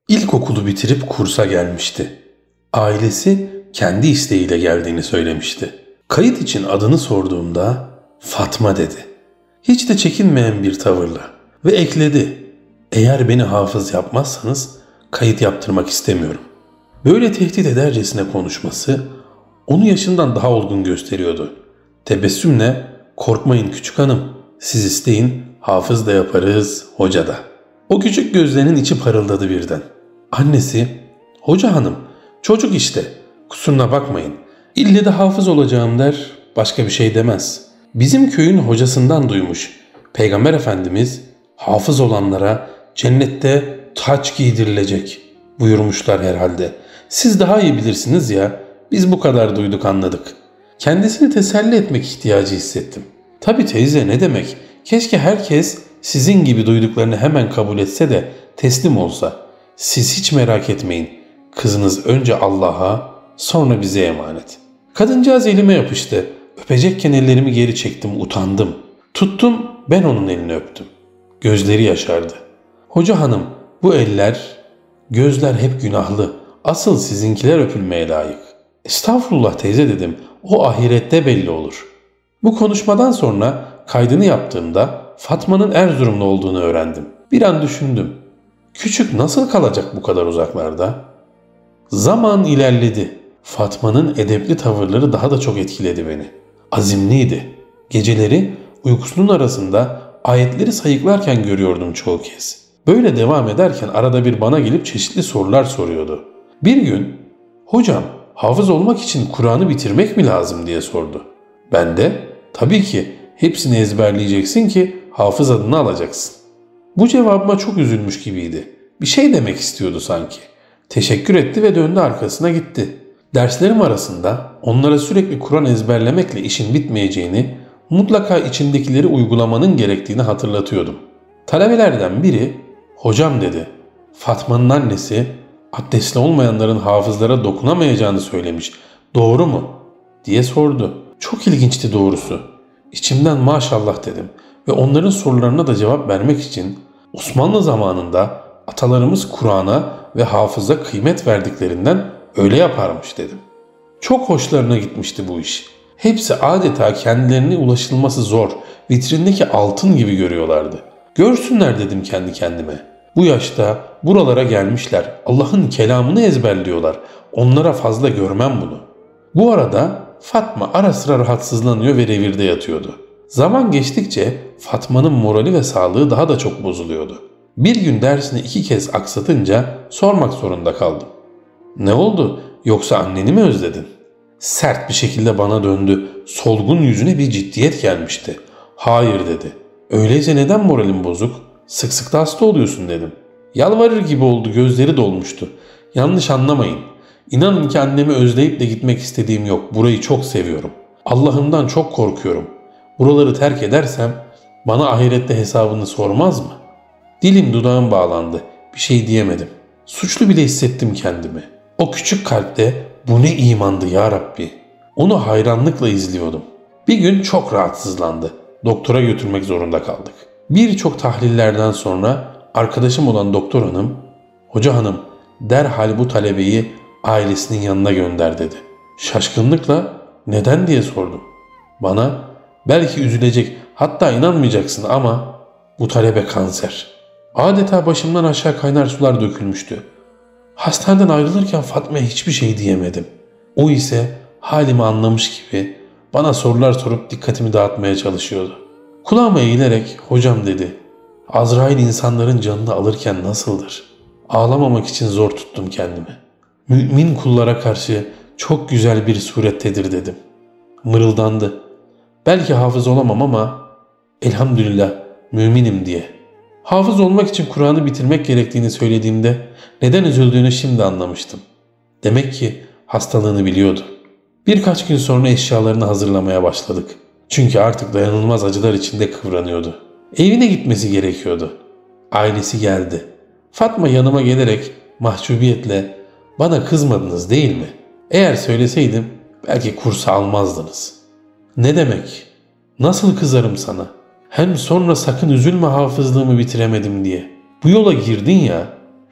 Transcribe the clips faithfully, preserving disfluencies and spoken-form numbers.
İlkokulu bitirip kursa gelmişti. Ailesi kendi isteğiyle geldiğini söylemişti. Kayıt için adını sorduğumda Fatma dedi. Hiç de çekinmeyen bir tavırla ve ekledi. Eğer beni hafız yapmazsanız kayıt yaptırmak istemiyorum. Böyle tehdit edercesine konuşması onu yaşından daha olgun gösteriyordu. Tebessümle korkmayın küçük hanım, siz isteyin hafız da yaparız, hoca da. O küçük gözlerinin içi parıldadı birden. Annesi, hoca hanım çocuk işte, kusuruna bakmayın, ille de hafız olacağım der, başka bir şey demez. Bizim köyün hocasından duymuş, Peygamber Efendimiz hafız olanlara cennette taç giydirilecek buyurmuşlar herhalde. Siz daha iyi bilirsiniz ya, biz bu kadar duyduk anladık. Kendisini teselli etmek ihtiyacı hissettim. Tabii teyze, ne demek, keşke herkes sizin gibi duyduklarını hemen kabul etse de teslim olsa. Siz hiç merak etmeyin, kızınız önce Allah'a sonra bize emanet. Kadıncağız elime yapıştı. Öpecekken ellerimi geri çektim, utandım. Tuttum, ben onun elini öptüm. Gözleri yaşardı. Hoca hanım, bu eller, gözler hep günahlı. Asıl sizinkiler öpülmeye layık. Estağfurullah teyze dedim. O ahirette belli olur. Bu konuşmadan sonra kaydını yaptığımda Fatma'nın Erzurumlu olduğunu öğrendim. Bir an düşündüm. Küçük nasıl kalacak bu kadar uzaklarda? Zaman ilerledi. Fatma'nın edepli tavırları daha da çok etkiledi beni. Azimliydi. Geceleri uykusunun arasında ayetleri sayıklarken görüyordum çoğu kez. Böyle devam ederken arada bir bana gelip çeşitli sorular soruyordu. Bir gün, hocam hafız olmak için Kur'an'ı bitirmek mi lazım diye sordu. Ben de tabii ki hepsini ezberleyeceksin ki hafız adını alacaksın. Bu cevabıma çok üzülmüş gibiydi. Bir şey demek istiyordu sanki. Teşekkür etti ve döndü arkasına gitti. Derslerim arasında onlara sürekli Kur'an ezberlemekle işin bitmeyeceğini, mutlaka içindekileri uygulamanın gerektiğini hatırlatıyordum. Talebelerden biri, hocam dedi, Fatma'nın annesi abdestli olmayanların hafızlara dokunamayacağını söylemiş. Doğru mu? Diye sordu. Çok ilginçti doğrusu. İçimden maşallah dedim ve onların sorularına da cevap vermek için Osmanlı zamanında atalarımız Kur'an'a ve hafıza kıymet verdiklerinden öyle yaparmış dedim. Çok hoşlarına gitmişti bu iş. Hepsi adeta kendilerine ulaşılması zor, vitrindeki altın gibi görüyorlardı. Görsünler dedim kendi kendime. Bu yaşta buralara gelmişler, Allah'ın kelamını ezberliyorlar. Onlara fazla görmem bunu. Bu arada Fatma ara sıra rahatsızlanıyor ve revirde yatıyordu. Zaman geçtikçe Fatma'nın morali ve sağlığı daha da çok bozuluyordu. Bir gün dersini iki kez aksatınca sormak zorunda kaldım. Ne oldu? Yoksa anneni mi özledin? Sert bir şekilde bana döndü. Solgun yüzüne bir ciddiyet gelmişti. Hayır dedi. Öyleyse neden moralin bozuk? Sık sık da hasta oluyorsun dedim. Yalvarır gibi oldu, gözleri dolmuştu. Yanlış anlamayın. İnanın ki annemi özleyip de gitmek istediğim yok. Burayı çok seviyorum. Allah'ımdan çok korkuyorum. Buraları terk edersem bana ahirette hesabını sormaz mı? Dilim dudağım bağlandı. Bir şey diyemedim. Suçlu bile hissettim kendimi. O küçük kalpte bu ne imandı ya Rabbi. Onu hayranlıkla izliyordum. Bir gün çok rahatsızlandı. Doktora götürmek zorunda kaldık. Birçok tahlillerden sonra arkadaşım olan doktor hanım, hoca hanım derhal bu talebeyi ailesinin yanına gönder dedi. Şaşkınlıkla neden diye sordum. Bana belki üzülecek, hatta inanmayacaksın ama bu talebe kanser. Adeta başımdan aşağı kaynar sular dökülmüştü. Hastaneden ayrılırken Fatma'ya hiçbir şey diyemedim. O ise halimi anlamış gibi bana sorular sorup dikkatimi dağıtmaya çalışıyordu. Kulağıma eğilerek hocam dedi, Azrail insanların canını alırken nasıldır? Ağlamamak için zor tuttum kendimi. Mümin kullara karşı çok güzel bir surettedir dedim. Mırıldandı. Belki hafız olamam ama elhamdülillah müminim diye. Hafız olmak için Kur'an'ı bitirmek gerektiğini söylediğimde neden üzüldüğünü şimdi anlamıştım. Demek ki hastalığını biliyordu. Birkaç gün sonra eşyalarını hazırlamaya başladık. Çünkü artık dayanılmaz acılar içinde kıvranıyordu. Evine gitmesi gerekiyordu. Ailesi geldi. Fatma yanıma gelerek mahcubiyetle bana kızmadınız değil mi? Eğer söyleseydim belki kursa almazdınız. Ne demek? Nasıl kızarım sana? Hem sonra sakın üzülme hafızlığımı bitiremedim diye. Bu yola girdin ya,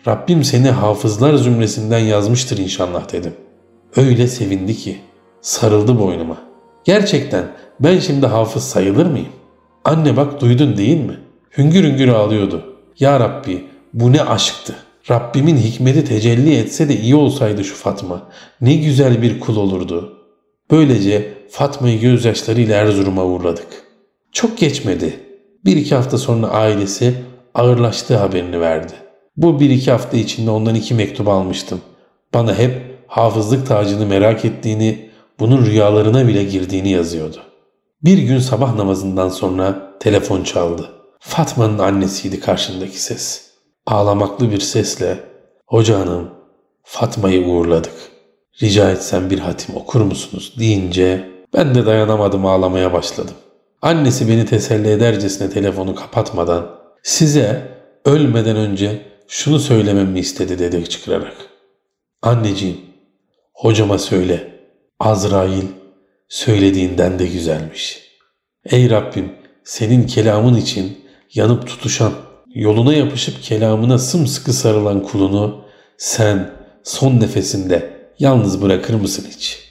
Rabbim seni hafızlar zümresinden yazmıştır inşallah dedim. Öyle sevindi ki sarıldı boynuma. Gerçekten ben şimdi hafız sayılır mıyım? Anne bak duydun değil mi? Hüngür hüngür ağlıyordu. Ya Rabbi bu ne aşktı. Rabbimin hikmeti tecelli etse de iyi olsaydı şu Fatma. Ne güzel bir kul olurdu. Böylece Fatma'yı gözyaşlarıyla Erzurum'a uğurladık. Çok geçmedi. Bir iki hafta sonra ailesi ağırlaştığı haberini verdi. Bu bir iki hafta içinde ondan iki mektup almıştım. Bana hep hafızlık tacını merak ettiğini, bunun rüyalarına bile girdiğini yazıyordu. Bir gün sabah namazından sonra telefon çaldı. Fatma'nın annesiydi karşındaki ses. Ağlamaklı bir sesle "Hoca hanım, Fatma'yı uğurladık. Rica etsem bir hatim okur musunuz?" deyince ben de dayanamadım, ağlamaya başladım. Annesi beni teselli edercesine telefonu kapatmadan "Size ölmeden önce şunu söylememi istedi" dedi çıkararak. "Anneciğim, hocama söyle. Azrail söylediğinden de güzelmiş. Ey Rabbim, senin kelamın için yanıp tutuşan, yoluna yapışıp kelamına sımsıkı sarılan kulunu sen son nefesinde yalnız bırakır mısın hiç?"